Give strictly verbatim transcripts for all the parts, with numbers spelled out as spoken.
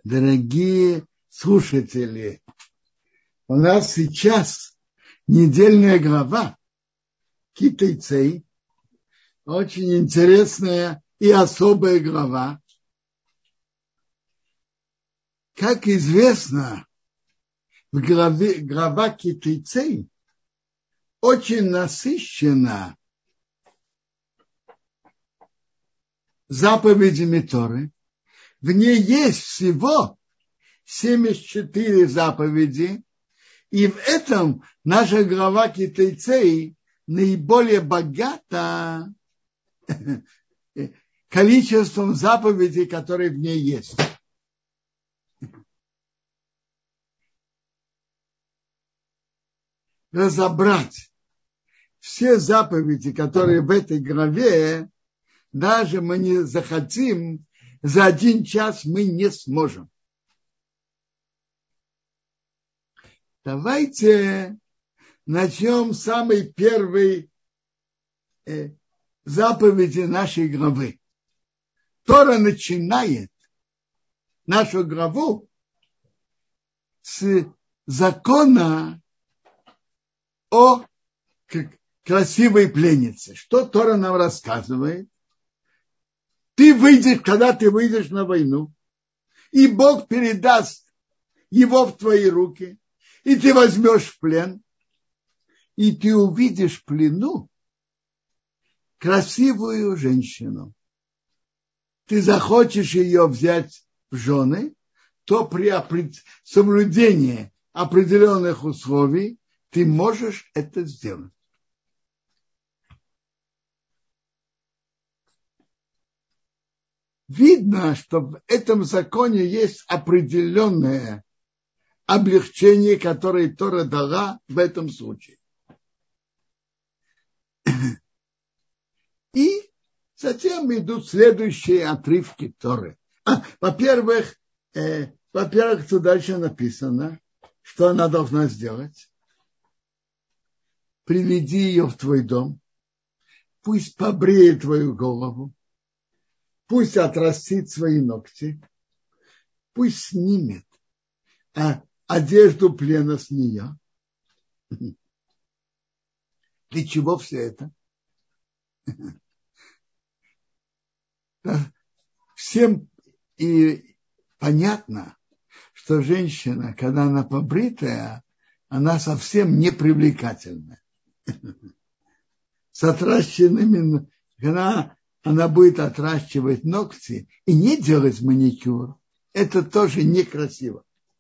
Дорогие слушатели, у нас сейчас недельная глава Ки-Тейцей, очень интересная и особая глава. Как известно, в главе, глава Ки-Тейцей очень насыщена заповедями Торы. В ней есть всего семьдесят четыре заповеди, и в этом наша глава Ки-Тейцей наиболее богата количеством заповедей, которые в ней есть. Разобрать все заповеди, которые в этой главе, даже мы не захотим, за один час мы не сможем. Давайте начнем с самой первой э, заповеди нашей главы. Тора начинает нашу главу с закона о красивой пленнице. Что Тора нам рассказывает? Ты выйдешь, когда ты выйдешь на войну, и Бог передаст его в твои руки, и ты возьмешь в плен, и ты увидишь в плену красивую женщину. Ты захочешь ее взять в жены, то при соблюдении определенных условий ты можешь это сделать. Видно, что в этом законе есть определенное облегчение, которое Тора дала в этом случае. И затем идут следующие отрывки Торы. А, во-первых, э, во-первых, тут дальше написано, что она должна сделать. Приведи ее в твой дом, пусть побреет твою голову, пусть отрастит свои ногти, пусть снимет а, одежду плена с нее. Для чего все это? Всем и понятно, что женщина, когда она побритая, она совсем не привлекательная. С отращенными, когда она будет отращивать ногти и не делать маникюр, это тоже некрасиво.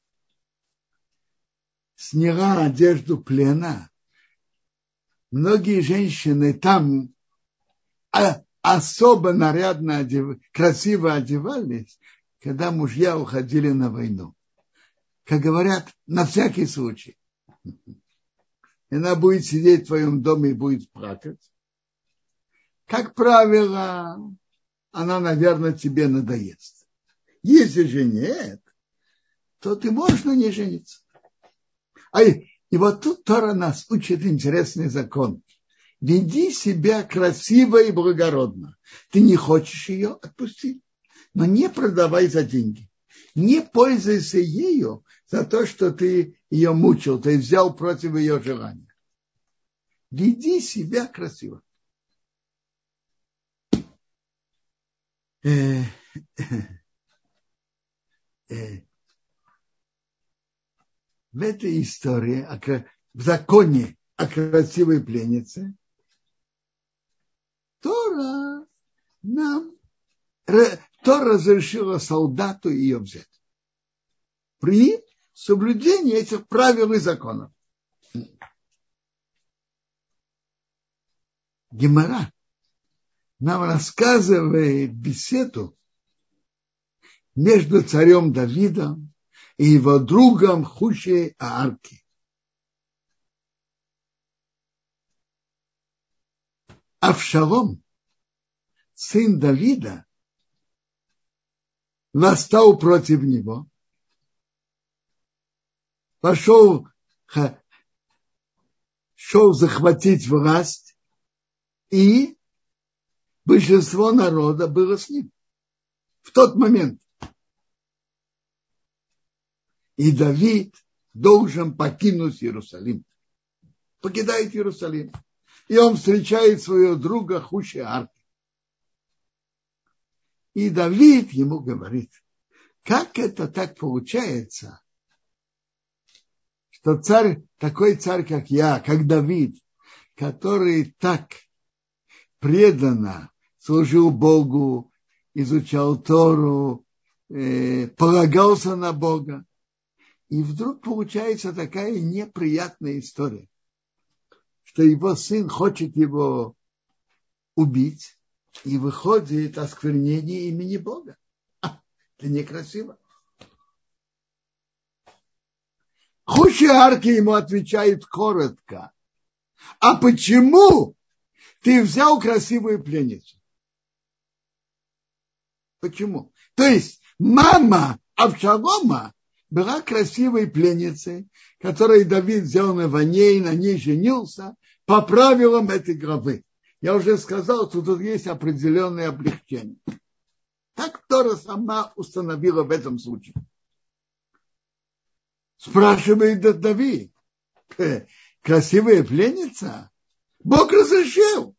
Сняла одежду плена. Многие женщины там особо нарядно, одев... красиво одевались, когда мужья уходили на войну. Как говорят, на всякий случай. И она будет сидеть в твоем доме и будет плакать. Как правило, она, наверное, тебе надоест. Если же нет, то ты можешь на ней жениться. А и, и вот тут Тора нас учит интересный закон. Веди себя красиво и благородно. Ты не хочешь ее отпустить, но не продавай за деньги. Не пользуйся ею за то, что ты ее мучил, ты взял против ее желания. Веди себя красиво. Э, э, в этой истории, в законе о красивой пленнице, Тора нам, Тора разрешила солдату ее взять. При соблюдении этих правил и законов. Гемара нам рассказывает беседу между царем Давидом и его другом Хушей Аарки. Авшалом, сын Давида, восстал против него, пошел, шел захватить власть, и большинство народа было с ним в тот момент. И Давид должен покинуть Иерусалим. Покидает Иерусалим. И он встречает своего друга Хуши-Арки. И Давид ему говорит, как это так получается, что царь, такой царь, как я, как Давид, который так преданно служил Богу, изучал Тору, э, полагался на Бога. И вдруг получается такая неприятная история, что его сын хочет его убить, и выходит осквернение имени Бога. А, это некрасиво. Хуши-Арки ему отвечает коротко. А почему ты взял красивую пленницу? Почему? То есть мама Авшалома была красивой пленницей, которую Давид взял на войне и на ней женился по правилам этой главы. Я уже сказал, что тут есть определенное облегчение. Так Тора сама установила в этом случае. Спрашивает Давид, красивая пленница? Бог разрешил.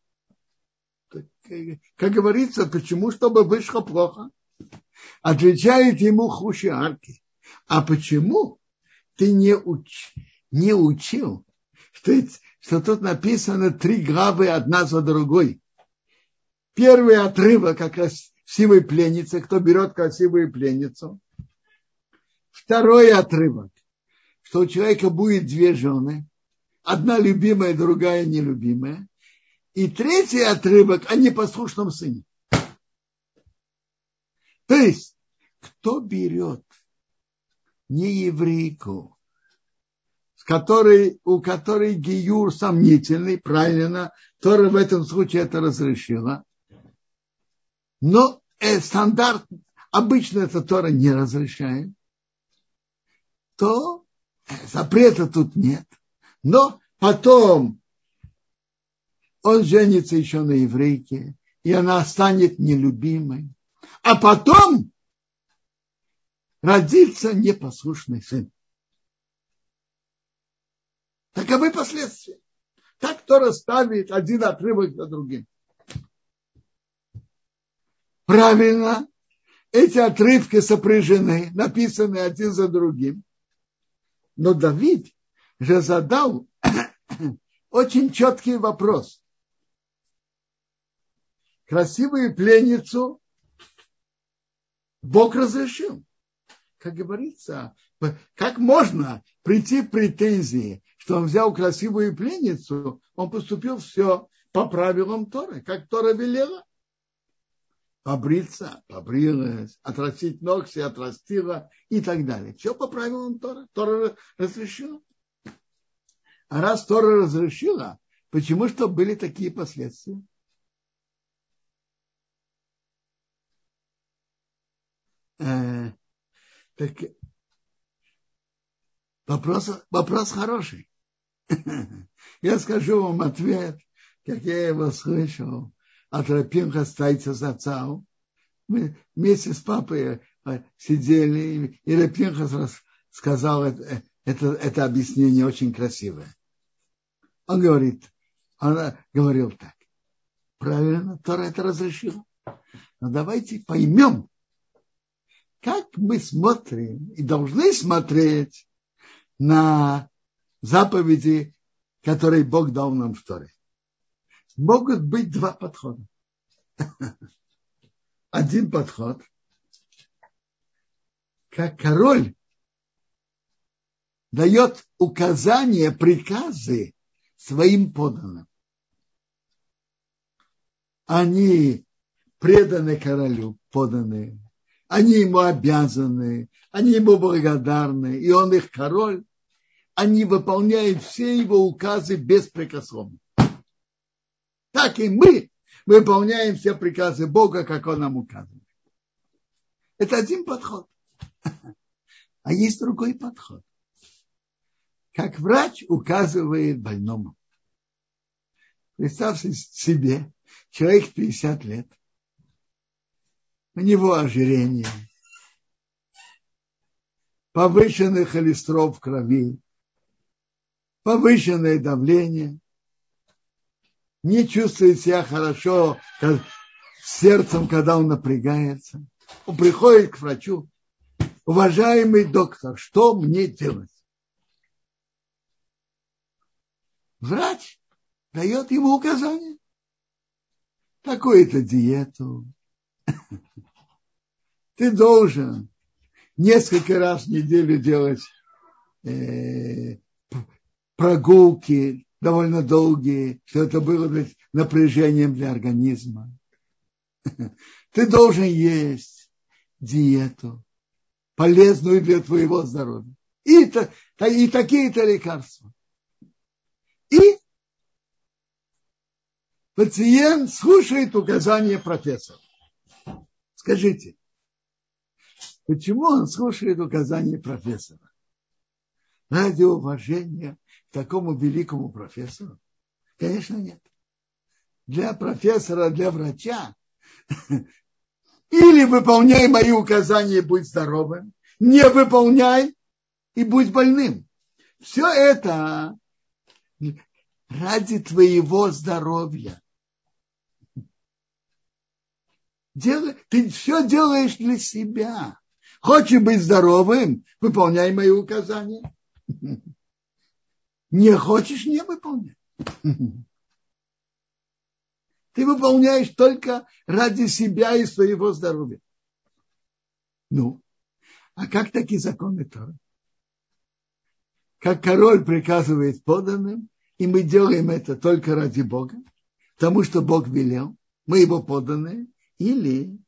Как говорится, почему, чтобы вышло плохо? Отвечает ему Хуши-Арки. А почему ты не, уч, не учил, что, что тут написано три главы одна за другой? Первый отрывок о красивой пленнице, кто берет красивую пленницу. Второй отрывок, что у человека будет две жены, одна любимая, другая нелюбимая. И третий отрывок о непослушном сыне. То есть, кто берет нееврейку, с которой, у которой гиюр сомнительный, правильно, Тора в этом случае это разрешила, но э, стандарт, обычно это Тора не разрешает, то запрета тут нет. Но потом он женится еще на еврейке, и она станет нелюбимой. А потом родится непослушный сын. Таковы последствия. Так Тора ставит один отрывок за другим. Правильно, эти отрывки сопряжены, написаны один за другим. Но Давид же задал очень четкий вопрос. Красивую пленницу Бог разрешил. Как говорится, как можно прийти в претензии, что он взял красивую пленницу, он поступил все по правилам Торы, как Тора велела. Побриться, побрилась, отрастить ногти, отрастила и так далее. Все по правилам Торы. Тора разрешила. А раз Тора разрешила, почему что были такие последствия? Э, так, вопрос, вопрос хороший. Я скажу вам ответ, как я его слышал от Рапинха Стайца Зацау. Мы вместе с папой сидели, и Рапинха сказал это, это, это объяснение очень красивое. Он говорит, он говорил так. Правильно, Тора это разрешила. Но давайте поймем, как мы смотрим и должны смотреть на заповеди, которые Бог дал нам в Торе. Могут быть два подхода. Один подход, как король дает указания, приказы своим подданным. Они преданы королю, поданы. Они ему обязаны, они ему благодарны, и он их король. Они выполняют все его указы беспрекословно. Так и мы выполняем все приказы Бога, как он нам указывает. Это один подход. А есть другой подход. Как врач указывает больному. Представьте себе, человек пятьдесят лет, у него ожирение, повышенный холестерол в крови, повышенное давление, не чувствует себя хорошо как, с сердцем, когда он напрягается. Он приходит к врачу: уважаемый доктор, что мне делать? Врач дает ему указания. Такую-то диету. Ты должен несколько раз в неделю делать э, прогулки довольно долгие, что это было напряжением для организма. Ты должен есть диету, полезную для твоего здоровья. И, и такие-то лекарства. И пациент слушает указания профессора. Скажите, почему он слушает указания профессора? Ради уважения к такому великому профессору? Конечно, нет. Для профессора, для врача или выполняй мои указания и будь здоровым, не выполняй и будь больным. Все это ради твоего здоровья. Делай, ты все делаешь для себя. Хочешь быть здоровым, выполняй мои указания. Не хочешь, не выполняй. Ты выполняешь только ради себя и своего здоровья. Ну, а как такие законы Торы? Как король приказывает подданным, и мы делаем это только ради Бога, потому что Бог велел, мы его подданные, или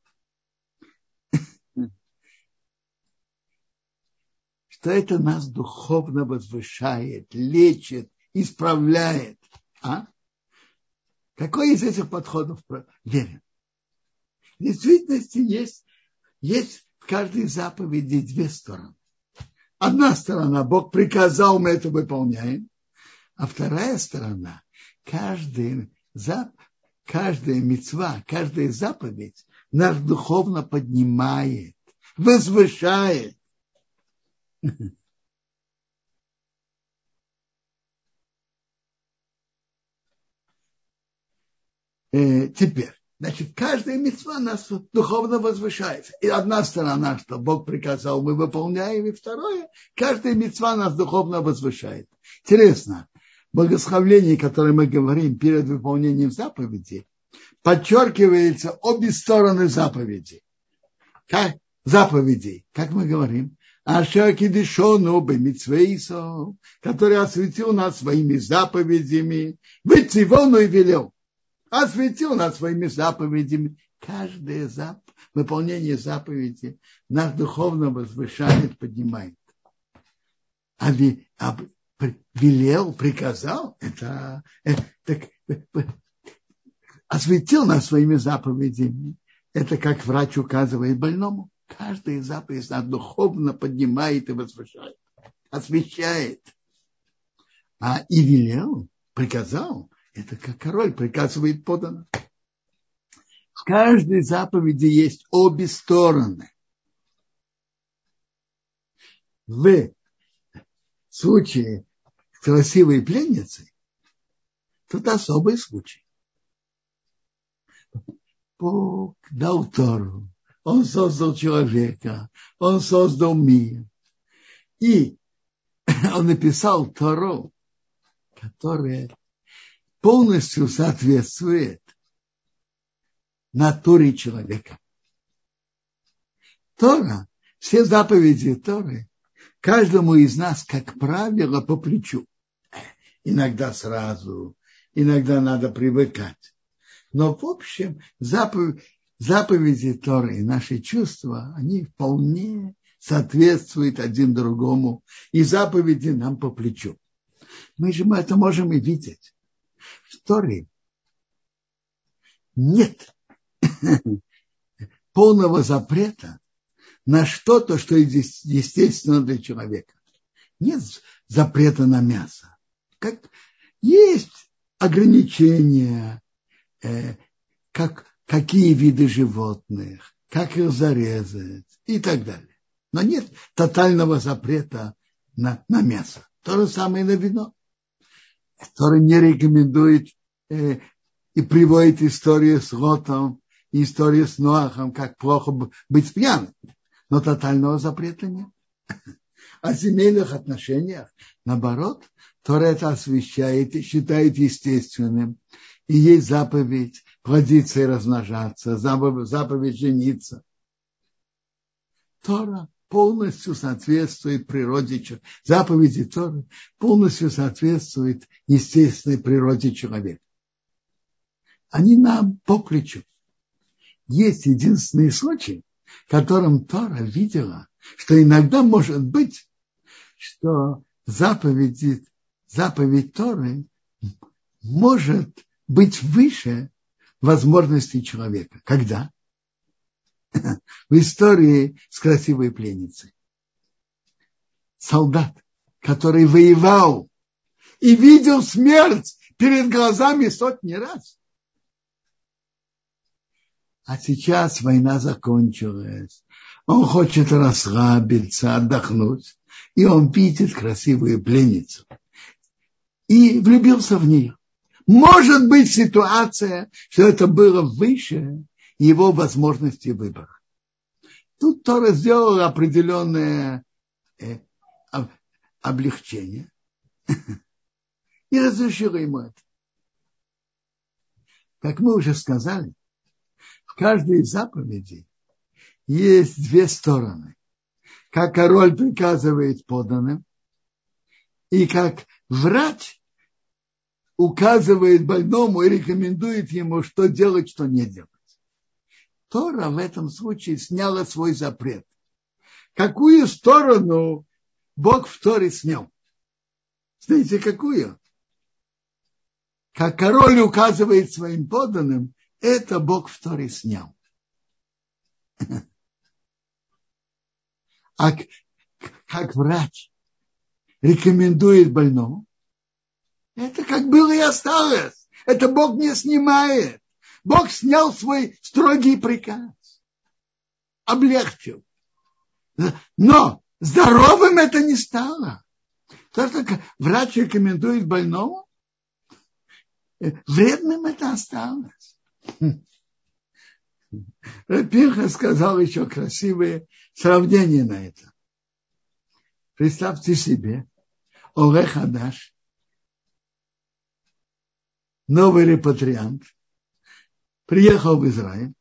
что это нас духовно возвышает, лечит, исправляет. А? Какой из этих подходов верен? В действительности есть, есть в каждой заповеди две стороны. Одна сторона, Бог приказал, мы это выполняем. А вторая сторона, каждая, каждая мицва, каждая заповедь нас духовно поднимает, возвышает. Э, теперь, значит, каждая мицва нас духовно возвышает. И одна сторона, что Бог приказал, мы выполняем, и второе, каждая мицва нас духовно возвышает. Интересно, благословение, которое мы говорим перед выполнением заповеди, подчеркивается обе стороны заповеди. Как заповедей, как мы говорим, Аша кидишону бемицвейсо, который осветил нас своими заповедями, вецивону и велел. Осветил нас своими заповедями. Каждое зап... выполнение заповеди нас духовно возвышает, поднимает. А, ви... а велел, приказал, это, это так, осветил нас своими заповедями. Это как врач указывает больному. Каждая заповедь нас духовно поднимает и возвышает, освещает. А и велел, приказал, это как король приказывает подданным. В каждой заповеди есть обе стороны. В случае с красивой пленницей тут особый случай. Бог дал Тору, Он создал человека, Он создал мир. И Он написал Тору, которая полностью соответствует натуре человека. Тора, все заповеди Торы, каждому из нас, как правило, по плечу. Иногда сразу, иногда надо привыкать. Но в общем заповеди, заповеди Торы и наши чувства, они вполне соответствуют один другому. И заповеди нам по плечу. Мы же мы это можем и видеть. В Торе нет полного запрета на что-то, что естественно для человека. Нет запрета на мясо. Как есть ограничения, э, как, какие виды животных, как их зарезать и так далее. Но нет тотального запрета на, на мясо. То же самое на вино. Который не рекомендует э, и приводит историю с Лотом и историю с Ноахом, как плохо быть пьяным. Но тотального запрета нет. О семейных отношениях, наоборот, Тора это освящает и считает естественным. И есть заповедь плодиться и размножаться, заповедь, заповедь жениться. Тора полностью соответствует природе человека. Заповеди Торы полностью соответствуют естественной природе человека. Они нам по плечу. Есть единственный случай, в котором Тора видела, что иногда может быть, что заповеди, заповедь Торы может быть выше возможностей человека. Когда? В истории с красивой пленницей. Солдат, который воевал и видел смерть перед глазами сотни раз. А сейчас война закончилась. Он хочет расслабиться, отдохнуть. И он видит красивую пленницу. И влюбился в нее. Может быть ситуация, что это было выше его возможности выбора. Тут Тора сделала определенное э, облегчение и разрешила ему это. Как мы уже сказали, в каждой заповеди есть две стороны. Как король приказывает подданным, и как врач указывает больному и рекомендует ему, что делать, что не делать. Тора в этом случае сняла свой запрет. Какую сторону Бог в Торе снял? Знаете, какую? Как король указывает своим подданным, это Бог в Торе снял. А как врач рекомендует больному, это как было и осталось. Это Бог не снимает. Бог снял свой строгий приказ. Облегчил. Но здоровым это не стало. То, что врач рекомендует больному, вредным это осталось. Рапирха сказал еще красивое сравнение на это. Представьте себе, Оле Хадаш, новый репатриант, приехал в Израиль.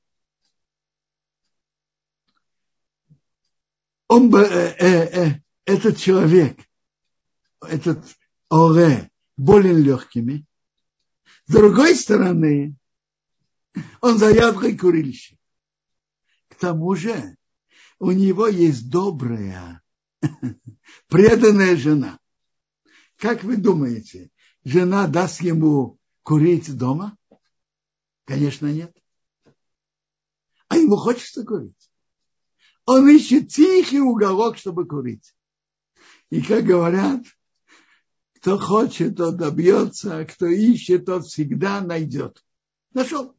Он, э, э, э, этот человек, этот Оле, болен легкими. С другой стороны, он заядлый курильщик. К тому же у него есть добрая, преданная жена. Как вы думаете, жена даст ему курить дома? Конечно, нет. А ему хочется курить. Он ищет тихий уголок, чтобы курить. И, как говорят, кто хочет, тот добьется, а кто ищет, тот всегда найдет. Нашел.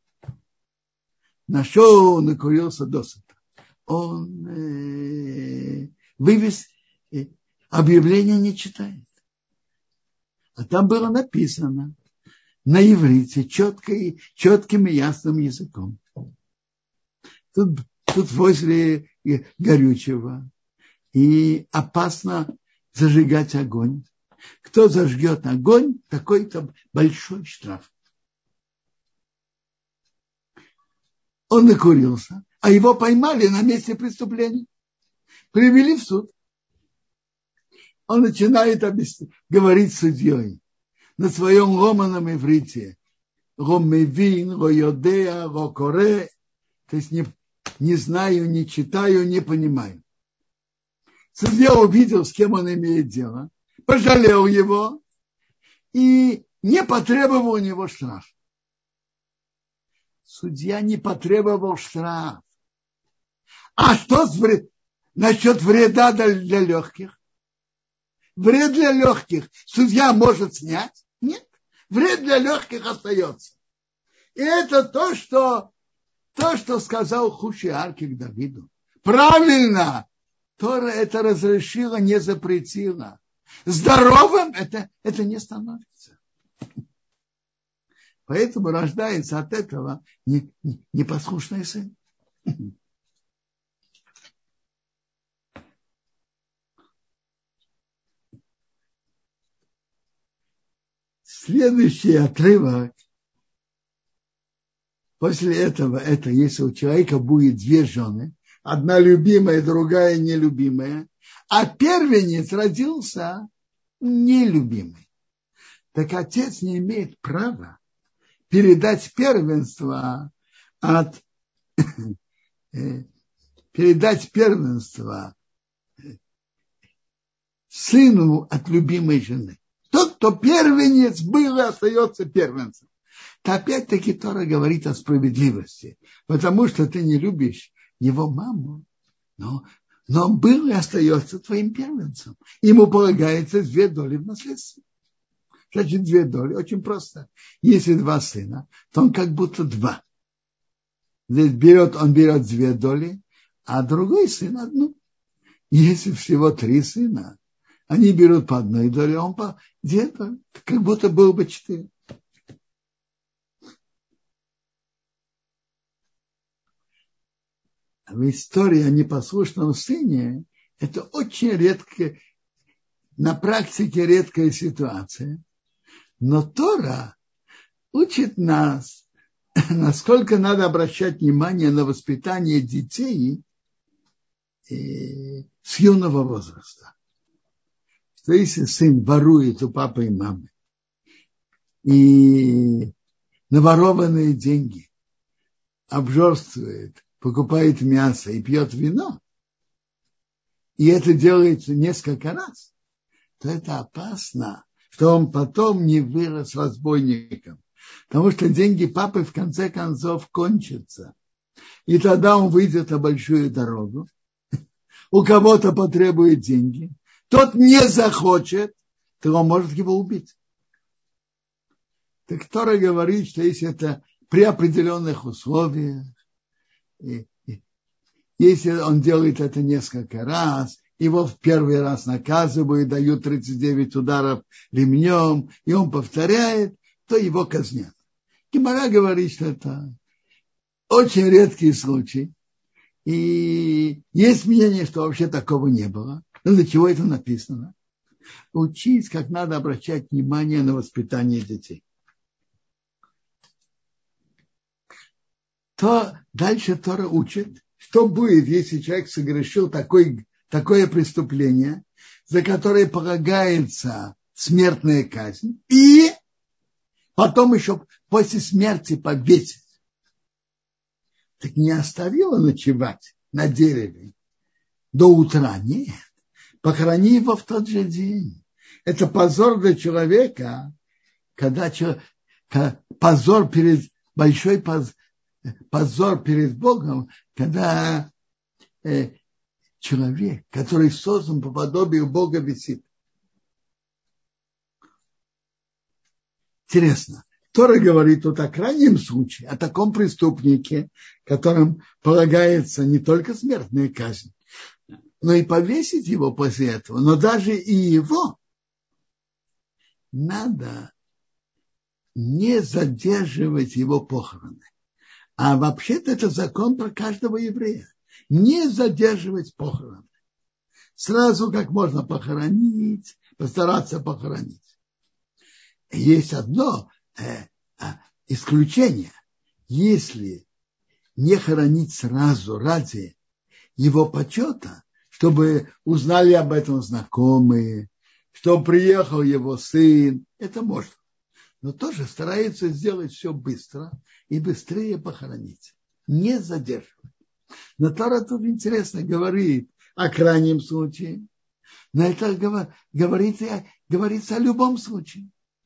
Нашел, накурился досыта. Он э, вывез, э, объявление не читает. А там было написано на иврите четко, четким и ясным языком. Тут, тут возле горючего. И опасно зажигать огонь. Кто зажгет огонь, такой-то большой штраф. Он накурился, а его поймали на месте преступления. Привели в суд. Он начинает объяснять, говорить с судьей на своем ломаном иврите. Ромевин, роёдеа, рокоре. То есть не, не знаю, не читаю, не понимаю. Судья увидел, с кем он имеет дело, пожалел его и не потребовал у него штраф. Судья не потребовал штраф. А что с вред... насчет вреда для легких? Вред для легких судья может снять? Нет. Вред для легких остается. И это то, что, то, что сказал Хушиарки к Давиду. Правильно. Тора это разрешила, не запретила. Здоровым это, это не становится. Поэтому рождается от этого не, не, непослушный сын. Следующий отрывок. После этого, это если у человека будет две жены, одна любимая, другая нелюбимая, а первенец родился нелюбимый, так отец не имеет права передать первенство от передать первенство сыну от любимой жены. Тот, кто первенец был и остается первенцем. То опять-таки Тора говорит о справедливости, потому что ты не любишь его маму, но, но он был и остается твоим первенцем. Ему полагается две доли в наследстве. Значит, две доли, очень просто. Если два сына, то он как будто два. Здесь берет, он берет две доли, а другой сын одну. Если всего три сына, они берут по одной доле, а он по две доли, как будто было бы четыре. В истории о непослушном сыне это очень редкая, на практике редкая ситуация. Но Тора учит нас, насколько надо обращать внимание на воспитание детей с юного возраста. Что если сын ворует у папы и мамы и наворованные деньги обжорствует, покупает мясо и пьет вино, и это делается несколько раз, то это опасно, что он потом не вырос разбойником. Потому что деньги папы в конце концов кончатся. И тогда он выйдет на большую дорогу, у кого-то потребует деньги, тот не захочет, то он может его убить. Так Тора говорит, что если это при определенных условиях, и, и, если он делает это несколько раз, его в первый раз наказывают, дают тридцать девять ударов ремнем, и он повторяет, то его казнят. Гемара говорит, что это очень редкий случай. И есть мнение, что вообще такого не было. Но для чего это написано? Учить, как надо обращать внимание на воспитание детей. То дальше Тора учит, что будет, если человек согрешил такой, такое преступление, за которое полагается смертная казнь, и потом еще после смерти повесить. Так не оставила ночевать на дереве до утра, нет. Похорони его в тот же день. Это позор для человека, когда позор перед большой позор, позор перед Богом, когда э, человек, который создан по подобию Бога, висит. Интересно. Тора говорит тут о крайнем случае, о таком преступнике, которым полагается не только смертная казнь, но и повесить его после этого. Но даже и его надо не задерживать его похороны. А вообще-то это закон про каждого еврея. Не задерживать похороны. Сразу как можно похоронить, постараться похоронить. Есть одно э, э, исключение. Если не хоронить сразу ради его почета, чтобы узнали об этом знакомые, что приехал его сын, это можно. Но тоже старается сделать все быстро и быстрее похоронить. Не задерживать. Но Тора тут интересно говорит о крайнем случае. Но это говорится, говорится о любом случае.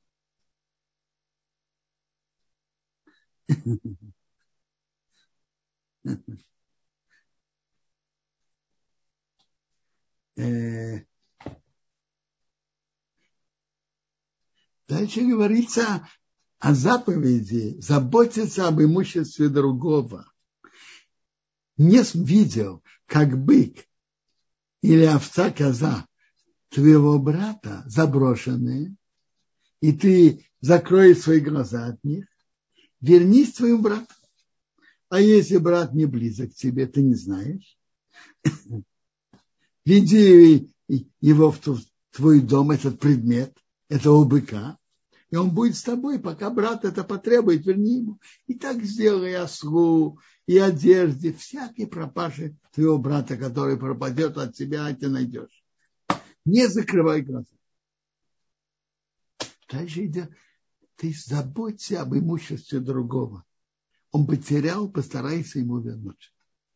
Дальше говорится о заповеди заботиться об имуществе другого. Не видел, как бык или овца, коза твоего брата заброшенные, и ты закроешь свои глаза от них, вернись к своему брату. А если брат не близок к тебе, ты не знаешь, веди его в твой дом, этот предмет, этого быка, и он будет с тобой, пока брат это потребует, верни ему. И так сделай ослу и одежде, всякой пропаже твоего брата, который пропадет от тебя, а ты найдешь. Не закрывай глаза. Дальше идет, ты заботься об имуществе другого. Он потерял, постарайся ему вернуть.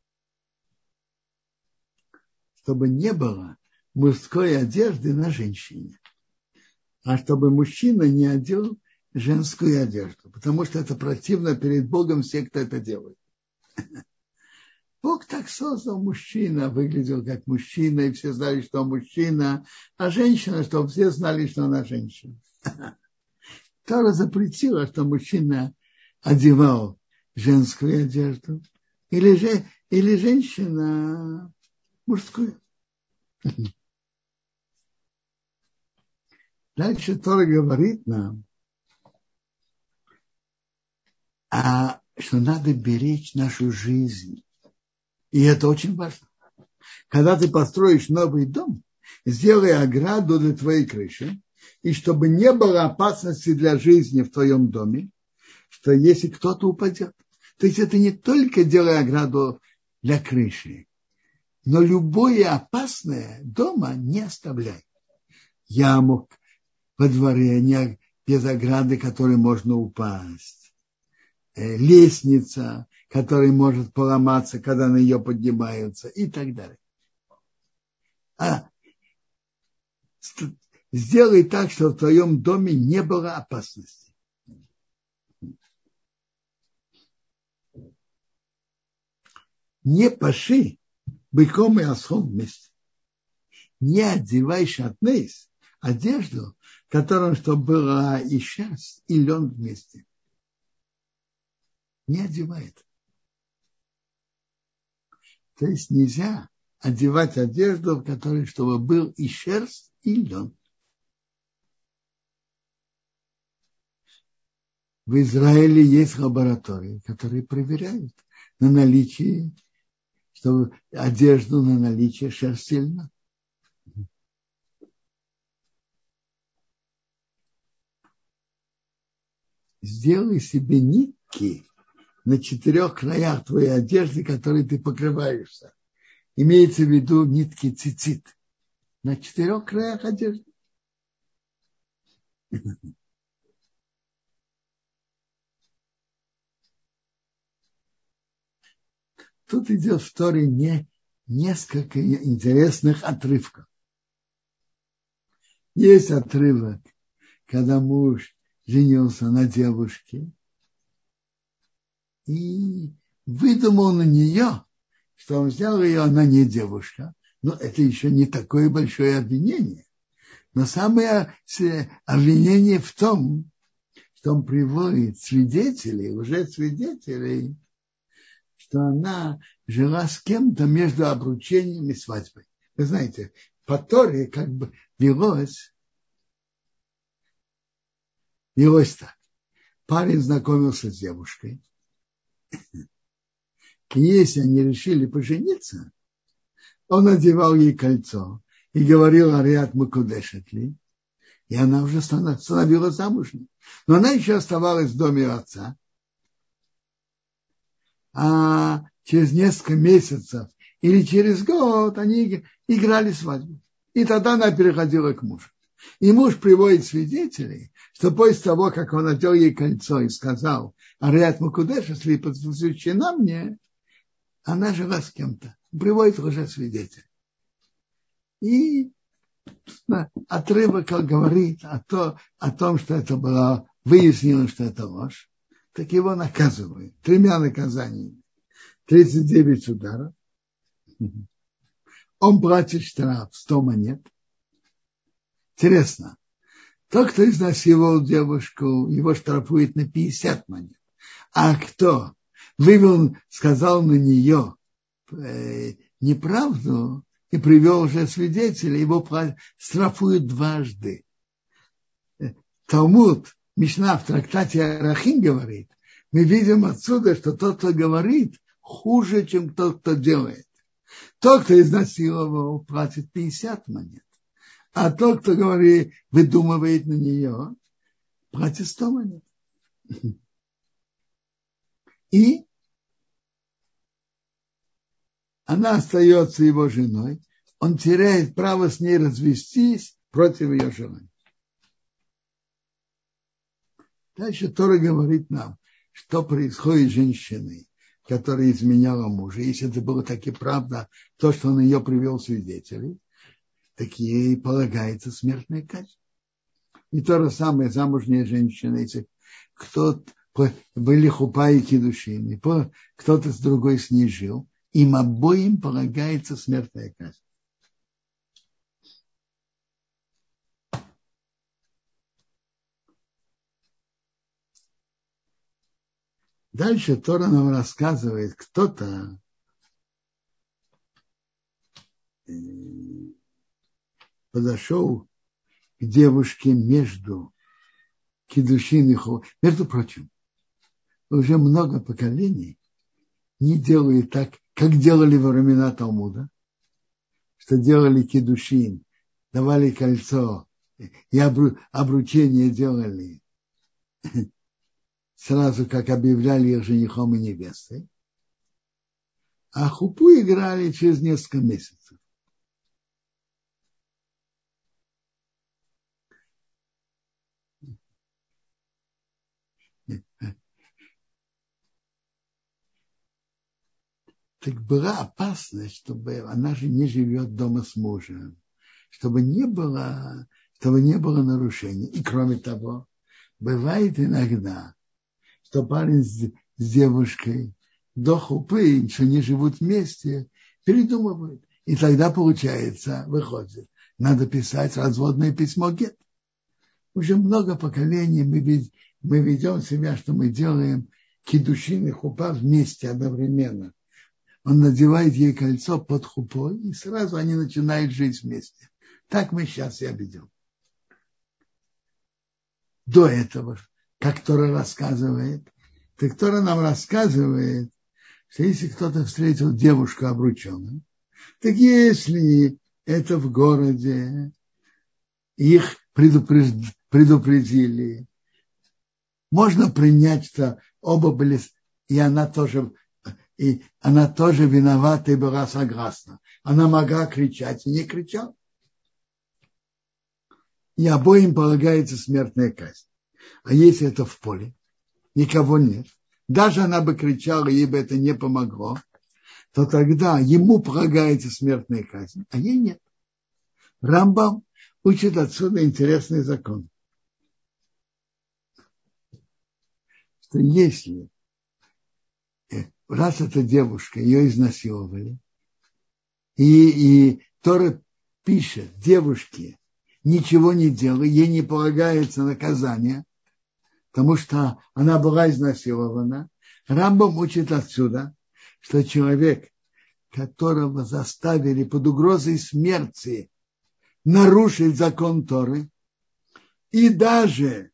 Чтобы не было мужской одежды на женщине. А чтобы мужчина не одел женскую одежду. Потому что это противно перед Богом все, кто это делает. Бог так создал, мужчина выглядел как мужчина, и все знали, что он мужчина, а женщина, чтобы все знали, что она женщина. Тора запретила, что мужчина одевал женскую одежду, или, же, или женщина мужскую. Дальше Тора говорит нам, а, что надо беречь нашу жизнь. И это очень важно. Когда ты построишь новый дом, сделай ограду для твоей крыши, и чтобы не было опасности для жизни в твоем доме, что если кто-то упадет. То есть это не только делай ограду для крыши, но любое опасное дома не оставляй. Яму во дворе не, без ограды, которой можно упасть. Лестница, которая может поломаться, когда на нее поднимаются, и так далее. А сделай так, чтобы в твоем доме не было опасности. Не паши быком и ослом вместе. Не одевай шатнейс, одежду, в котором чтобы была и шерсть, и лен вместе. Не одевает. То есть нельзя одевать одежду, в которой чтобы был и шерсть, и лен. В Израиле есть лаборатории, которые проверяют на наличие, чтобы одежду на наличие шерсти и льна. Сделай себе нитки на четырех краях твоей одежды, которой ты покрываешься. Имеется в виду нитки цицит. На четырех краях одежды. Тут идет в Торе не, несколько интересных отрывков. Есть отрывок, когда муж женился на девушке и выдумал на нее, что он взял ее, она не девушка. Но это еще не такое большое обвинение. Но самое обвинение в том, что он приводит свидетелей, уже свидетелей, что она жила с кем-то между обручением и свадьбой. Вы знаете, по Торе как бы велось, велось так. Парень знакомился с девушкой. И если они решили пожениться, он надевал ей кольцо и говорил «Ариат Мукудешетли», и она уже становилась замужем. Но она еще оставалась в доме у отца. А через несколько месяцев или через год они играли свадьбу. И тогда она переходила к мужу. И муж приводит свидетелей, что после того, как он надел ей кольцо и сказал «Ариат Мукудешетли», посвящена мне, она жила с кем-то. Приводит уже свидетель. И отрывок говорит о, то, о том, что это было, выяснилось, что это ложь, так его наказывают тремя наказаниями. тридцать девять ударов. Он платит штраф сто монет. Интересно, тот, кто изнасиловал девушку, его штрафует на пятьдесят монет. А кто вывел, сказал на нее э, неправду, и привел уже свидетелей, его штрафуют дважды. Талмуд, Мишна в трактате Арахим говорит, мы видим отсюда, что тот, кто говорит, хуже, чем тот, кто делает. Тот, кто изнасиловал, платит пятьдесят монет. А тот, кто говорит, выдумывает на нее, платит сто монет. И она остается его женой, он теряет право с ней развестись против ее желания. Дальше Тора говорит нам, что происходит с женщиной, которая изменяла мужа. Если это было таки правда, то, что он ее привел свидетелей, так ей полагается смертная казнь. И то же самое замужняя женщина, если кто-то были хупа и кидушин, кто-то с другой с ней жил, им обоим полагается смертная казнь. Дальше Тора нам рассказывает, кто-то подошел к девушке между кидушин и ху. Между прочим, уже много поколений не делают так, как делали во времена Талмуда, что делали кидушин, давали кольцо и обручение делали сразу, как объявляли их женихом и невестой, а хупу играли через несколько месяцев. Так была опасность, чтобы она же не живет дома с мужем, чтобы не было, чтобы не было нарушений. И кроме того, бывает иногда, что парень с, с девушкой до хупы, еще не живут вместе, передумывают. И тогда получается, выходит, надо писать разводное письмо гет. Уже много поколений мы, мы ведем себя, что мы делаем кидушин и хупа вместе одновременно. Он надевает ей кольцо под хупой, и сразу они начинают жить вместе. Так мы сейчас себя ведем. До этого, как Тора рассказывает, так Тора нам рассказывает, что если кто-то встретил девушку обрученную, так если это в городе, их предупредили, можно принять, что оба были, и она тоже, и она тоже виновата и была согласна. Она могла кричать и не кричала. И обоим полагается смертная казнь. А если это в поле, никого нет, даже она бы кричала, ей бы это не помогло, то тогда ему полагается смертная казнь, а ей нет. Рамбам учит отсюда интересный закон. Что если раз эта девушка, ее изнасиловали, и, и Тора пишет девушке, ничего не делай, ей не полагается наказание, потому что она была изнасилована. Рамбам учит отсюда, что человек, которого заставили под угрозой смерти нарушить закон Торы, и даже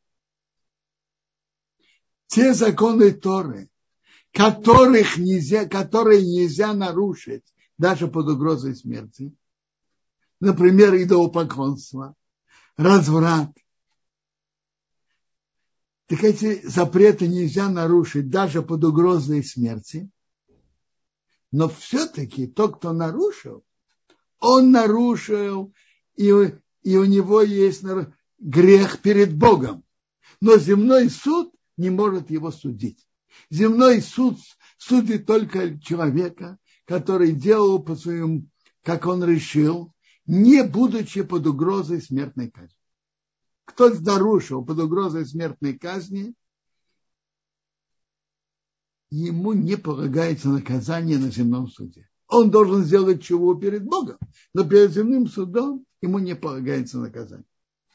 те законы Торы, которых нельзя, которые нельзя нарушить даже под угрозой смерти, например, идолопоклонство, разврат. Так эти запреты нельзя нарушить даже под угрозой смерти. Но все-таки тот, кто нарушил, он нарушил, и, и у него есть грех перед Богом. Но земной суд не может его судить. Земной суд судит только человека, который делал по своему, как он решил, не будучи под угрозой смертной казни. Кто нарушил под угрозой смертной казни, ему не полагается наказание на земном суде. Он должен сделать чего перед Богом, но перед земным судом ему не полагается наказание.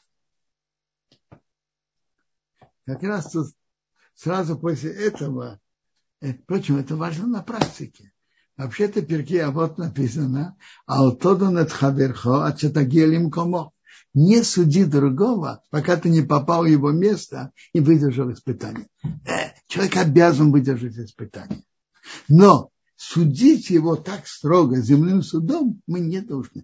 Как раз тут сразу после этого, впрочем, это важно на практике. Вообще-то перке, а вот написано, «Алтодан эт хаверхо, а чатагелим комо». Не суди другого, пока ты не попал в его место и выдержал испытание. Э, человек обязан выдержать испытание. Но судить его так строго земным судом мы не должны.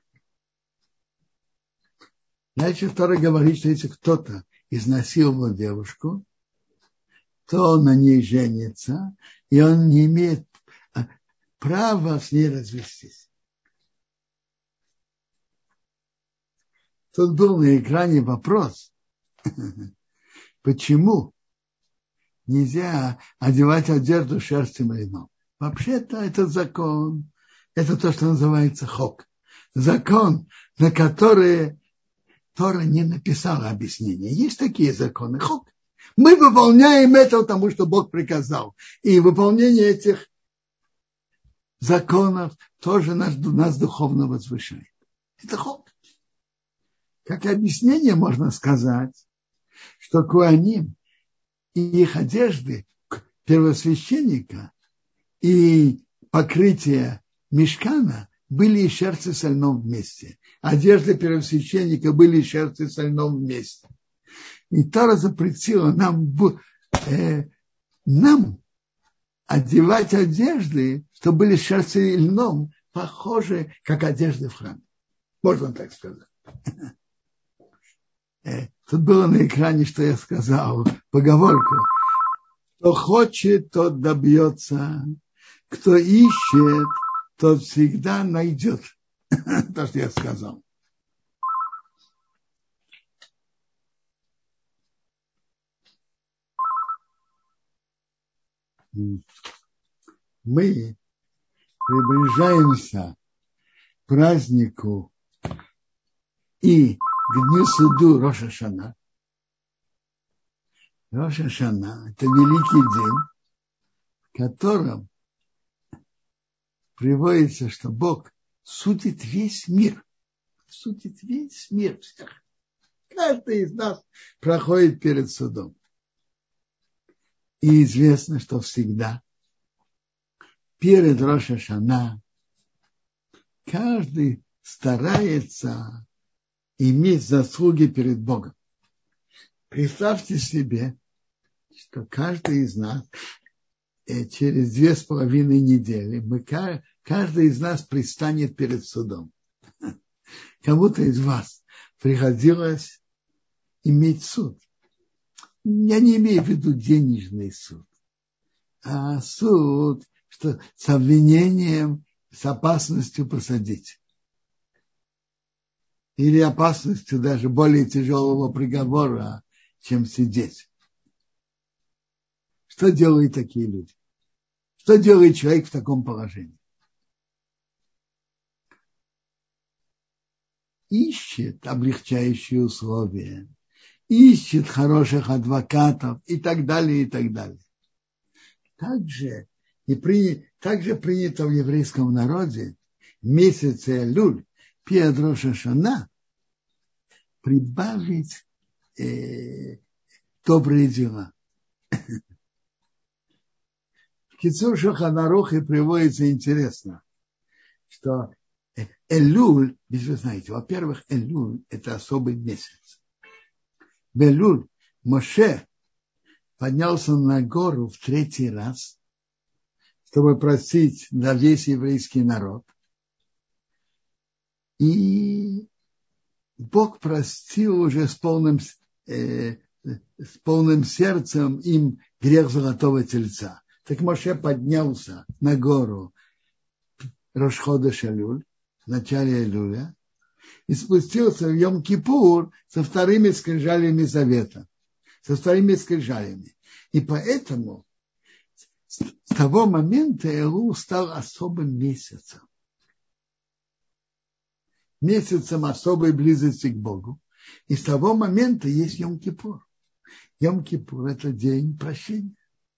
Дальше второй говорит, что если кто-то изнасиловал девушку, то он на ней женится, и он не имеет права с ней развестись. Тут был на экране вопрос, почему нельзя одевать одежду шерстью мерином. Вообще-то это закон, это то, что называется хок. Закон, на который Тора не написала объяснения. Есть такие законы, хок. Мы выполняем это, потому что Бог приказал. И выполнение этих законов тоже нас, нас духовно возвышает. Это хок. Как объяснение можно сказать, что коаним и их одежды первосвященника и покрытие мишкана были из шерсти сольном вместе. Одежды первосвященника были из шерсти сольном вместе. И Тора запретила нам, э, нам одевать одежды, что были из шерсти и льном, похожие, как одежды в храме. Можно так сказать. Тут было на экране, что я сказал, поговорку. Кто хочет, тот добьется. Кто ищет, тот всегда найдет. То, что я сказал. Мы приближаемся к празднику и к дню суду Рош ха-Шана. Рош ха-Шана – это великий день, в котором приводится, что Бог судит весь мир. Судит весь мир всех. Каждый из нас проходит перед судом. И известно, что всегда перед Рош ха-Шана каждый старается иметь заслуги перед Богом. Представьте себе, что каждый из нас через две с половиной недели мы, каждый из нас предстанет перед судом. Кому-то из вас приходилось иметь суд. Я не имею в виду денежный суд, а суд, что с обвинением, с опасностью посадить. Или опасностью даже более тяжелого приговора, чем сидеть. Что делают такие люди? Что делает человек в таком положении? Ищет облегчающие условия, ищет хороших адвокатов и так далее, и так далее. Также, и при, также принято в еврейском народе в месяце Элуль, перед Рош ха-Шана, прибавить э, добрые дела. В Кицур Шулхан Арухе приводится интересно, что Элуль, ведь вы знаете, во-первых, Элуль – это особый месяц. В Элуль Моше поднялся на гору в третий раз, чтобы простить за весь еврейский народ. И Бог простил уже с полным, э, с полным сердцем им грех золотого тельца. Так Моше поднялся на гору Рош ходеш Элуль, в начале Элуля, и спустился в Йом-Кипур со вторыми скрижалями завета, со вторыми скрижалями. И поэтому с того момента Элул стал особым месяцем. Месяцем особой близости к Богу. И с того момента есть Йом-Кипур. Йом-Кипур – это день прощения.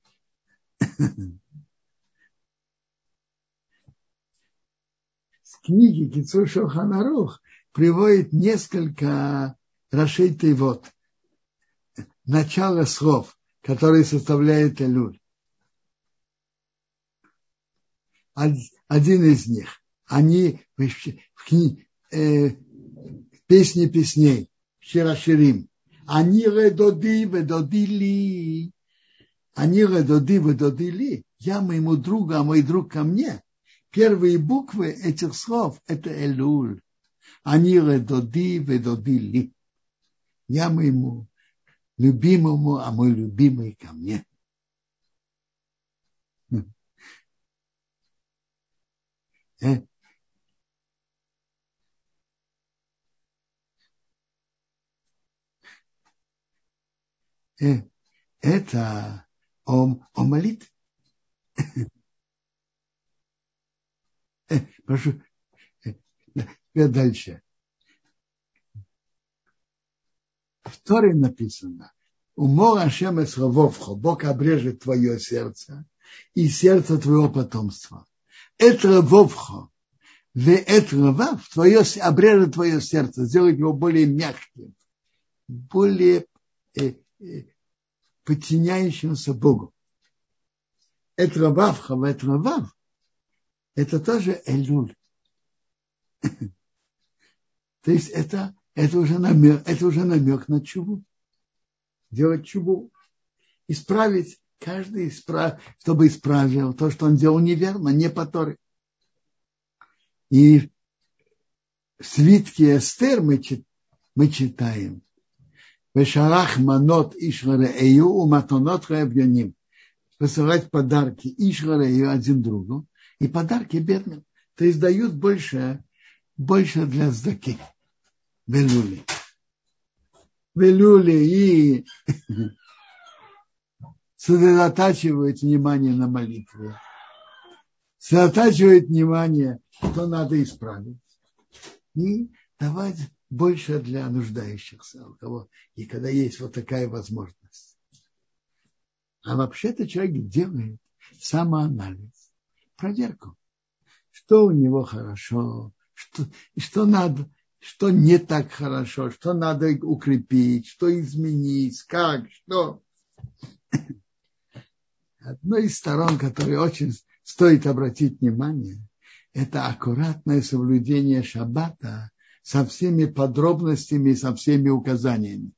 С книги Кицур Шулхан Арух приводит несколько рашей тейвот, начало слов, которые составляют Элуль. один из них. Они в, кни, э, песни песней, Шираширим. Они редоди ведодили. Они редоди ведодили. Я моему другу, а мой друг ко мне. Первые буквы этих слов – это Элуль. Они редоди ведодили. Я моему любимому, а мой любимый ко мне. Э? Э? Это о, о молитве. Э, прошу. Э, дальше. В Торе написано: «Умор Ашем эсрововхо», Бог обрежет твое сердце и сердце твоего потомства. Это вовхо, ве это вав, твое обрежет твое сердце, сделает его более мягким, более э, э, подчиняющимся Богу. Это вавха, ве это вав, это тоже Элюль. То есть это Это уже намек, это уже намек на чубу. Делать чубу. Исправить, каждый исправ, чтобы исправил то, что он делал неверно, не по Торе. И в свитке Эстер мы, мы читаем: «Вешарах манот ишварею у матонот хаевьоним». Посылать подарки ишварею один другу и подарки бедным. То есть дают больше, больше для сдаки. Велюли. Велюли и сосредотачивают внимание на молитве. Сосредотачивают внимание, что надо исправить. И давать больше для нуждающихся, у кого, и когда есть вот такая возможность. А вообще-то человек делает самоанализ, проверку, что у него хорошо, что, что надо, что не так хорошо, что надо укрепить, что изменить, как, что. Одной из сторон, которой очень стоит обратить внимание, это аккуратное соблюдение шаббата со всеми подробностями и со всеми указаниями.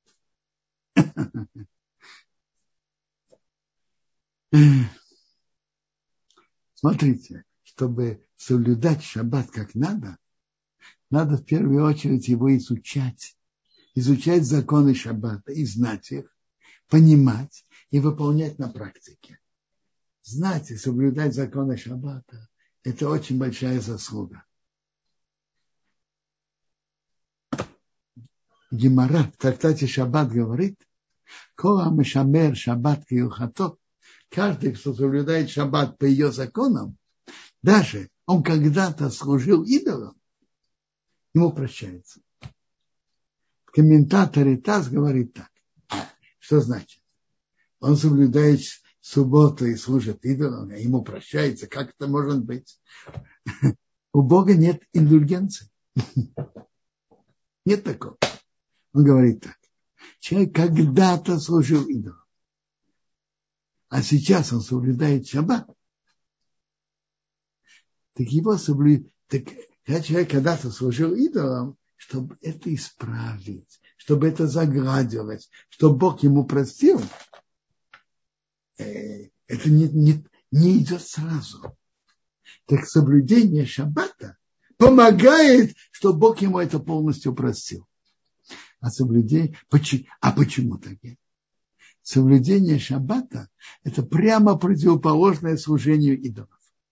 Смотрите, чтобы соблюдать шаббат как надо, надо в первую очередь его изучать. Изучать законы шаббата и знать их, понимать и выполнять на практике. Знать и соблюдать законы шаббата – это очень большая заслуга. Гемара в трактате Шаббат говорит: «Кола мешамер шаббат киюхато». Каждый, кто соблюдает шаббат по ее законам, даже он когда-то служил идолам, ему прощается. Комментатор ТАСС говорит так. Что значит? Он соблюдает субботу и служит идолам, а ему прощается. Как это может быть? У Бога нет индульгенции. Нет такого. Он говорит так. Человек когда-то служил идолам, а сейчас он соблюдает шаббат. Так его соблюдает. Так человек когда-то служил идолам, чтобы это исправить, чтобы это заградилось, чтобы Бог ему простил, это не, не, не идет сразу. Так соблюдение шаббата помогает, чтобы Бог ему это полностью простил. А соблюдение, а почему так? Соблюдение шаббата – это прямо противоположное служению идолов.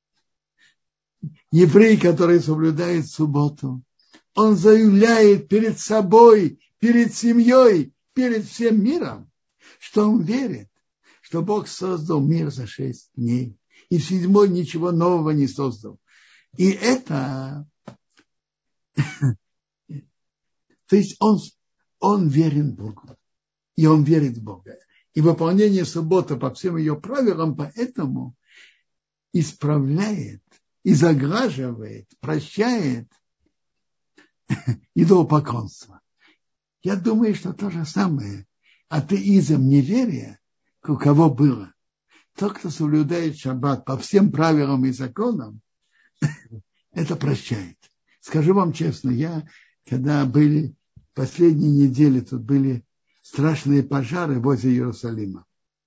Еврей, который соблюдает субботу, он заявляет перед собой, перед семьей, перед всем миром, что он верит, что Бог создал мир за шесть дней, и в седьмой ничего нового не создал. И это... То есть он, он верен Богу, и он верит в Бога. И выполнение субботы по всем ее правилам поэтому исправляет и заграживает, прощает идолопоклонство. Я думаю, что то же самое атеизм, неверие, у кого было. Тот, кто соблюдает шаббат по всем правилам и законам, это прощает. Скажу вам честно, я, когда были последние недели, тут были страшные пожары возле Иерусалима.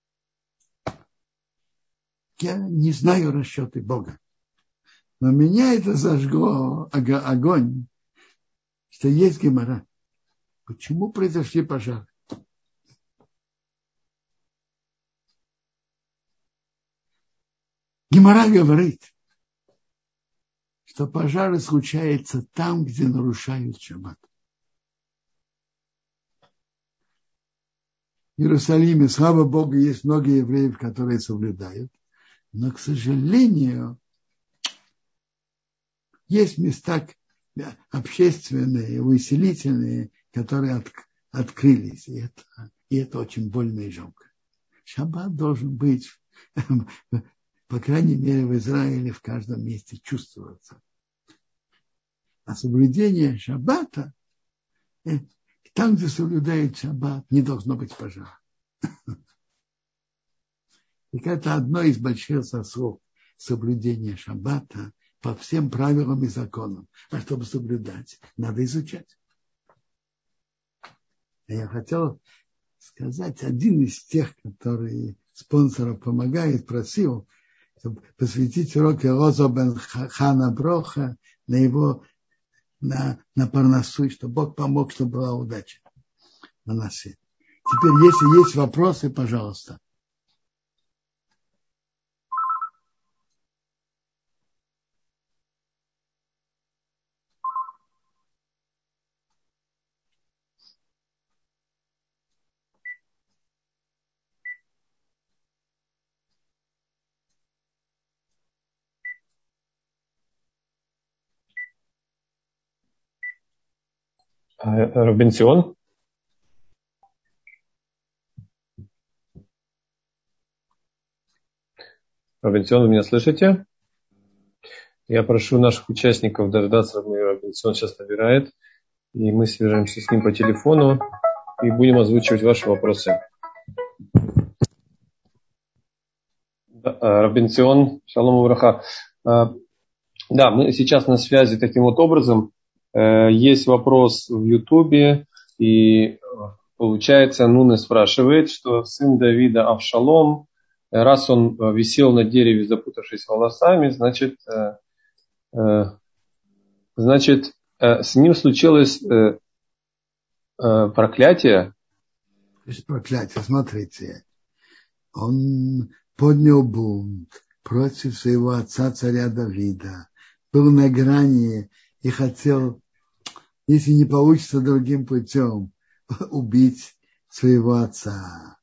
Я не знаю расчеты Бога. Но меня это зажгло огонь, что есть гемара. Почему произошли пожары? Гемара говорит, что пожары случаются там, где нарушают шаббат. В Иерусалиме, слава Богу, есть много евреев, которые соблюдают. Но, к сожалению, есть места общественные, увеселительные, которые от, открылись. И это, и это очень больно и жалко. Шаббат должен быть, по крайней мере, в Израиле в каждом месте чувствоваться. А соблюдение шаббата, там, где соблюдает шаббат, не должно быть пожара. И это одно из больших заслуг соблюдения шаббата по всем правилам и законам. А чтобы соблюдать, надо изучать. Я хотел сказать, один из тех, которые спонсоров помогает, просил посвятить уроки Розо бен Хана Броха на его, на, на Парнасу, чтобы Бог помог, чтобы была удача на Насе. Теперь, если есть вопросы, пожалуйста. Робинсон? Робинсон, вы меня слышите? Я прошу наших участников дождаться, Робинсон сейчас набирает, и мы свяжемся с ним по телефону и будем озвучивать ваши вопросы. Робинсон, шалом враха. Да, мы сейчас на связи таким вот образом. Есть вопрос в Ютубе, и получается, Нуна спрашивает, что сын Давида Авшалом, раз он висел на дереве, запутавшись волосами, значит, значит, с ним случилось проклятие. Проклятие, смотрите, он поднял бунт против своего отца, царя Давида, был на грани и хотел, если не получится другим путем, убить своего отца.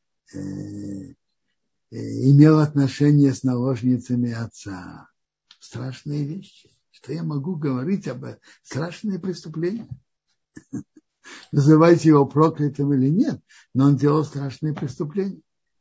Имел отношения с наложницами отца. Страшные вещи. Что я могу говорить об этом? Страшные преступления. Называйте его проклятым или нет, но он делал страшные преступления.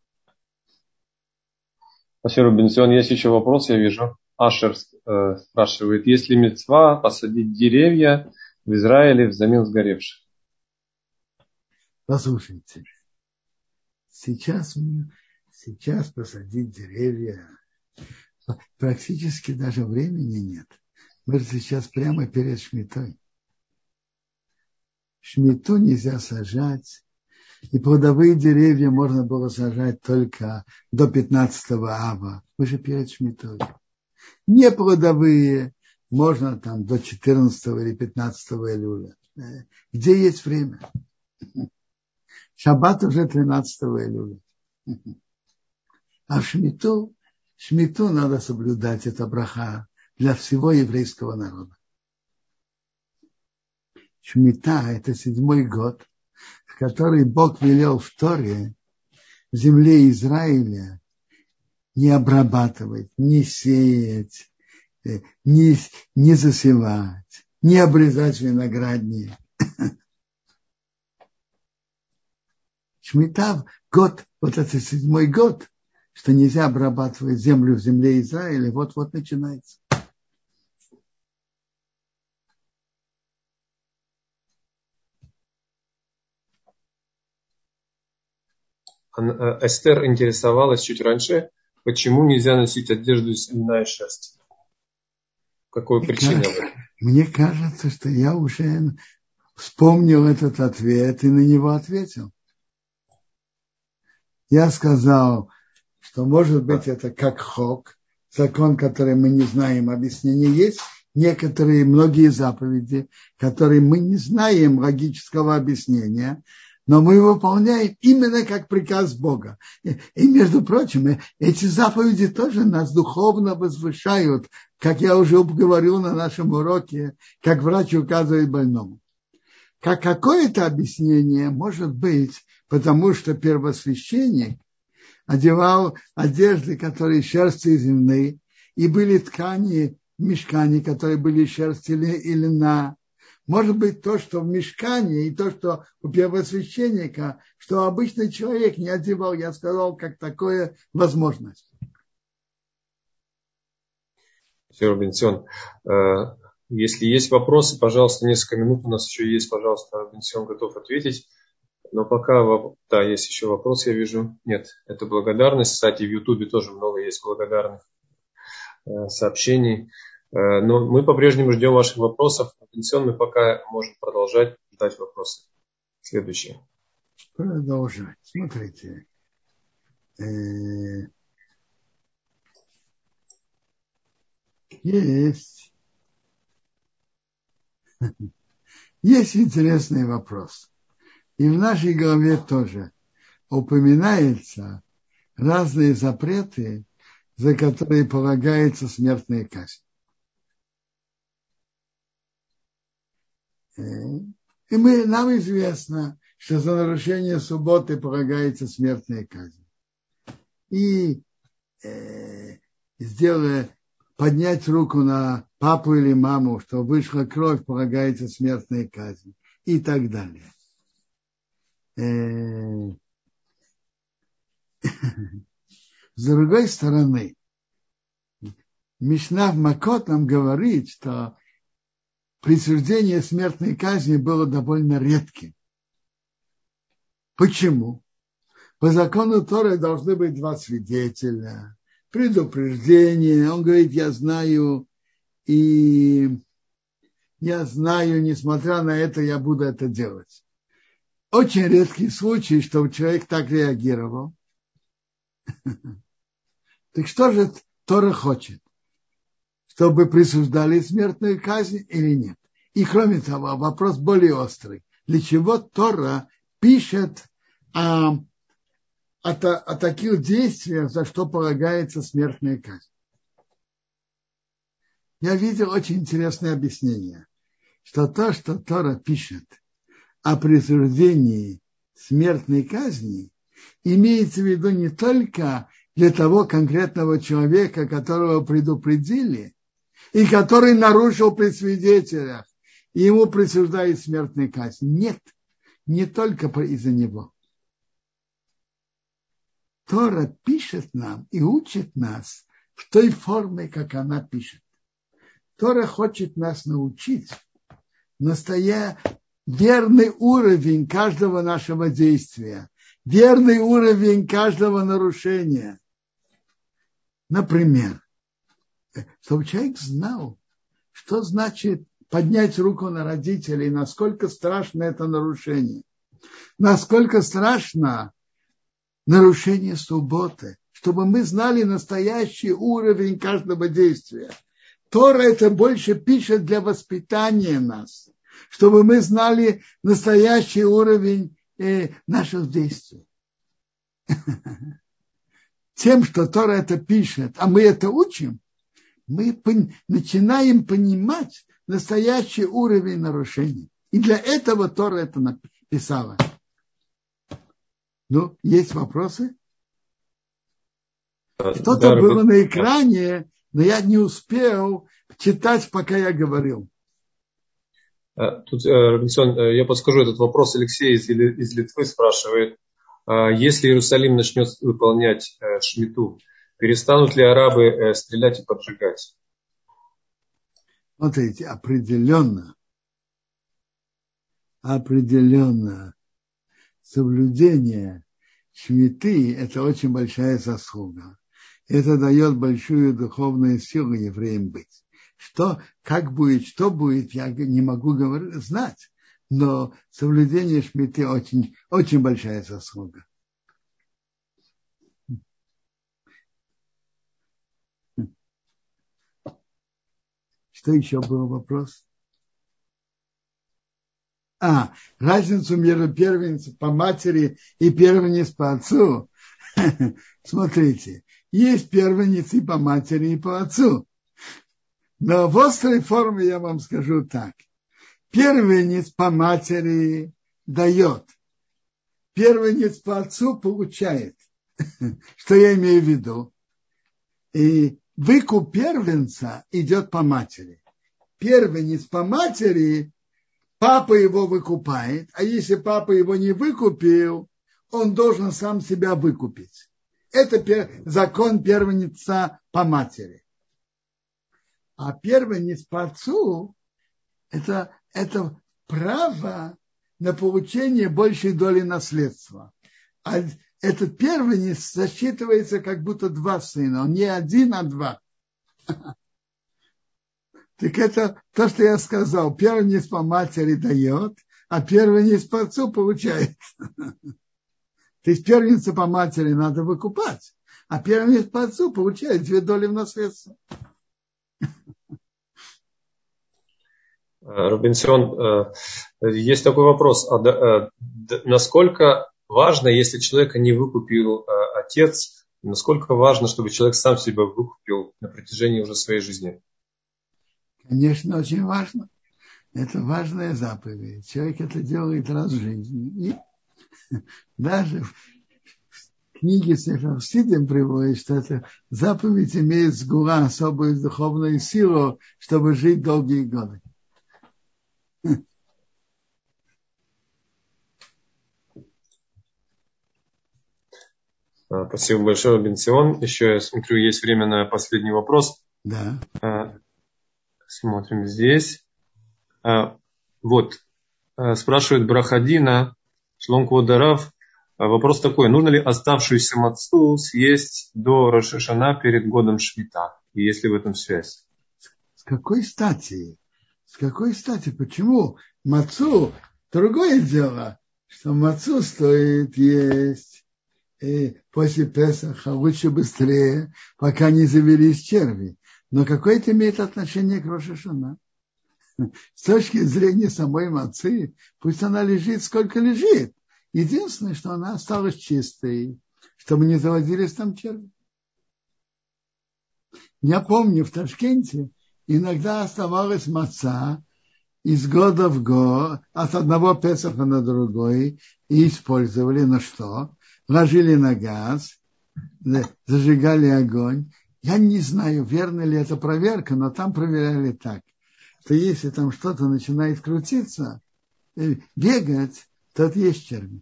Спасибо, Робинсон. Есть еще вопрос, я вижу. Ашер э, спрашивает, есть ли мицва посадить деревья в Израиле взамен сгоревших? Послушайте, сейчас, сейчас посадить деревья практически даже времени нет. Мы же сейчас прямо перед Шмитой. Шмиту нельзя сажать, и плодовые деревья можно было сажать только до пятнадцатого ава. Мы же перед Шмитой. Не плодовые можно там до четырнадцатого или пятнадцатого июля. Где есть время? Шаббат уже тринадцатого июля. А Шмиту, Шмиту надо соблюдать, это браха для всего еврейского народа. Шмита – это седьмой год, в который Бог велел в Торе в земле Израиля не обрабатывать, не сеять, не, не засевать, не обрезать виноградник. Шмита – год, вот это седьмой год, что нельзя обрабатывать землю в земле Израиля, вот-вот начинается. Эстер интересовалась чуть раньше, почему нельзя носить одежду из льна и шерсти? Какой причина в этом? Мне кажется, что я уже вспомнил этот ответ и на него ответил. Я сказал, что может быть это как хок, закон, который мы не знаем объяснения. Есть некоторые, многие заповеди, которые мы не знаем логического объяснения, но мы выполняем именно как приказ Бога. И, и между прочим, эти заповеди тоже нас духовно возвышают, как я уже говорил на нашем уроке, как врач указывает больному. Как какое-то объяснение может быть, потому что первосвященник одевал одежды, которые шерсти земные, и были ткани в мишкане, которые были шерсти и льна. Может быть, то, что в мишкане, и то, что у первосвященника, что обычный человек не одевал, я сказал, как такое возможность. Все, Робинсон. Если есть вопросы, пожалуйста, несколько минут у нас еще есть, пожалуйста, Робинсон готов ответить. Но пока, да, есть еще вопрос, я вижу. Нет, это благодарность. Кстати, в Ютубе тоже много есть благодарных сообщений. Но мы по-прежнему ждем ваших вопросов. Робинсон, мы пока можем продолжать ждать вопросы. Следующие. Продолжать. Смотрите. Есть. Есть интересный вопрос. И в нашей голове тоже упоминаются разные запреты, за которые полагается смертная казнь. И мы, нам известно, что за нарушение субботы полагается смертная казнь. И э, сделая, поднять руку на папу или маму, что вышла кровь, полагается смертная казнь. И так далее. С другой стороны, Мишна в Макот нам говорит, что присуждение смертной казни было довольно редким. Почему? По закону Торы должны быть два свидетеля, предупреждение. Он говорит, я знаю, и я знаю, несмотря на это, я буду это делать. Очень редкий случай, чтобы человек так реагировал. Так что же Тора хочет? Чтобы присуждали смертную казнь или нет? И кроме того, вопрос более острый. Для чего Тора пишет о, о, о таких действиях, за что полагается смертная казнь? Я видел очень интересное объяснение, что то, что Тора пишет о присуждении смертной казни, имеется в виду не только для того конкретного человека, которого предупредили, и который нарушил при свидетелях, и ему присуждают смертную казнь. Нет, не только из-за него. Тора пишет нам и учит нас в той форме, как она пишет. Тора хочет нас научить настоя верный уровень каждого нашего действия, верный уровень каждого нарушения. Например, чтобы человек знал, что значит поднять руку на родителей, насколько страшно это нарушение, насколько страшно нарушение субботы, чтобы мы знали настоящий уровень каждого действия. Тора это больше пишет для воспитания нас, чтобы мы знали настоящий уровень э, наших действий. Тем, что Тора это пишет, а мы это учим, мы пон- начинаем понимать настоящий уровень нарушений. И для этого Тора это написала. Ну, есть вопросы? Что-то да, было на экране, но я не успел читать, пока я говорил. Тут, Робинсон, я подскажу этот вопрос. Алексей из, из Литвы спрашивает. Если Иерусалим начнет выполнять шмиту, перестанут ли арабы стрелять и поджигать? Смотрите, определенно, определенно соблюдение шмиты – это очень большая заслуга. Это дает большую духовную силу евреям быть. Что, как будет, что будет, я не могу говорить, знать. Но соблюдение шмиты очень, очень большая заслуга. Что еще был вопрос? А, разницу между первенцем по матери и первенец по отцу. Смотрите, есть первенец и по матери, и по отцу. Но в острой форме я вам скажу так. Первенец по матери дает. Первенец по отцу получает. Что я имею в виду? И выкуп первенца идет по матери. Первенец по матери, папа его выкупает, а если папа его не выкупил, он должен сам себя выкупить. Это закон первенца по матери. А первенец по отцу это, это право на получение большей доли наследства. А этот первенец засчитывается как будто два сына. Он не один, а два. Так это то, что я сказал. Первенец по матери дает, а первенец по отцу получает. То есть первенца по матери надо выкупать, а первенец по отцу получает две доли в наследство. Рубинсион, есть такой вопрос. Насколько важно, если человека не выкупил отец, насколько важно, чтобы человек сам себя выкупил на протяжении уже своей жизни? Конечно, очень важно. Это важная заповедь. Человек это делает раз в жизни. И даже в книге Сефер Хасидим приводит, что эта заповедь имеет сгура особую духовную силу, чтобы жить долгие годы. Спасибо большое, Бенсион. Еще я смотрю, есть время на последний вопрос. Да. Смотрим здесь. Вот. Спрашивает Брахадина, Шлом Кводарав. Вопрос такой. Нужно ли оставшуюся мацу съесть до Рош ха-Шана перед годом Шмита? И есть ли в этом связь? С какой стати? С какой стати? Почему мацу? Другое дело, что мацу стоит есть и после Песаха лучше быстрее, пока не завелись черви. Но какое это имеет отношение к Рош ха-Шана? С точки зрения самой мацы, пусть она лежит сколько лежит. Единственное, что она осталась чистой, чтобы не заводились там черви. Я помню, в Ташкенте иногда оставалась маца из года в год, от одного Песаха на другой, и использовали на что? Ложили на газ, зажигали огонь. Я не знаю, верно ли это проверка, но там проверяли так, что если там что-то начинает крутиться, бегать, то это есть черви.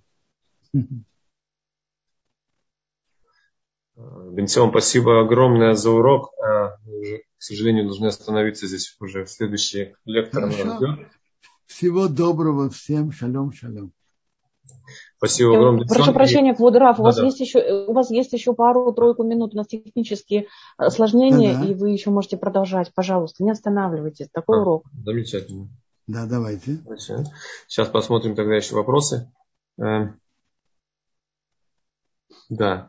Бенсион, спасибо огромное за урок. Мы, к сожалению, должны остановиться здесь уже. Следующий лектор нас ждет. Всего доброго всем. Шалом, шалом. Спасибо огромное. Прошу прощения, Квадрав, у, да, да. у вас есть еще пару-тройку минут, у нас технические осложнения, да-да. И вы еще можете продолжать. Пожалуйста, не останавливайтесь. Такой а, урок. Замечательно. Да, давайте. Сейчас посмотрим тогда еще вопросы. Да.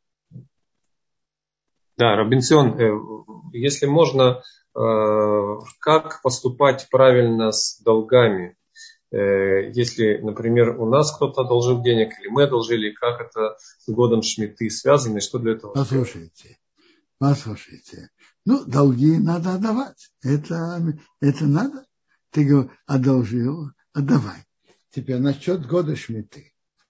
Да, Робинсон, если можно, как поступать правильно с долгами? Если, например, у нас кто-то одолжил денег, или мы одолжили, как это с годом Шмиты связано, и что для этого? Послушайте, послушайте. Ну, долги надо отдавать. Это, это надо. Ты одолжил, отдавай. Теперь насчет года Шмиты.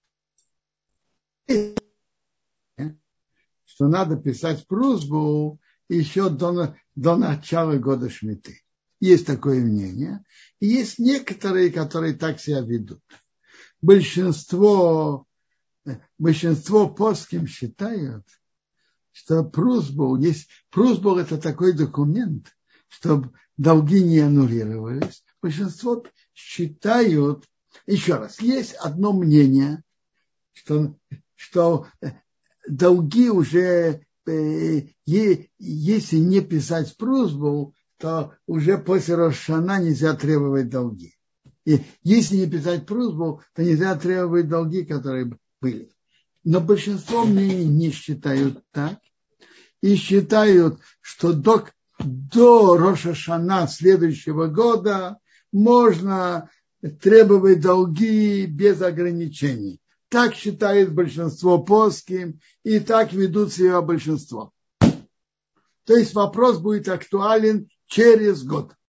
Что надо писать просьбу еще до, до начала года Шмиты. Есть такое мнение. И есть некоторые, которые так себя ведут. Большинство, большинство поским считают, что просьбу, есть просьба, это такой документ, чтобы долги не аннулировались. Большинство считают, еще раз, есть одно мнение, что, что долги уже если не писать просьбу, то уже после Рош ха-Шана нельзя требовать долги. И если не писать просьбу, то нельзя требовать долги, которые были. Но большинство мнений не считают так. И считают, что до, до Рош ха-Шана следующего года можно требовать долги без ограничений. Так считает большинство поским, и так ведут себя большинство. То есть вопрос будет актуален через год.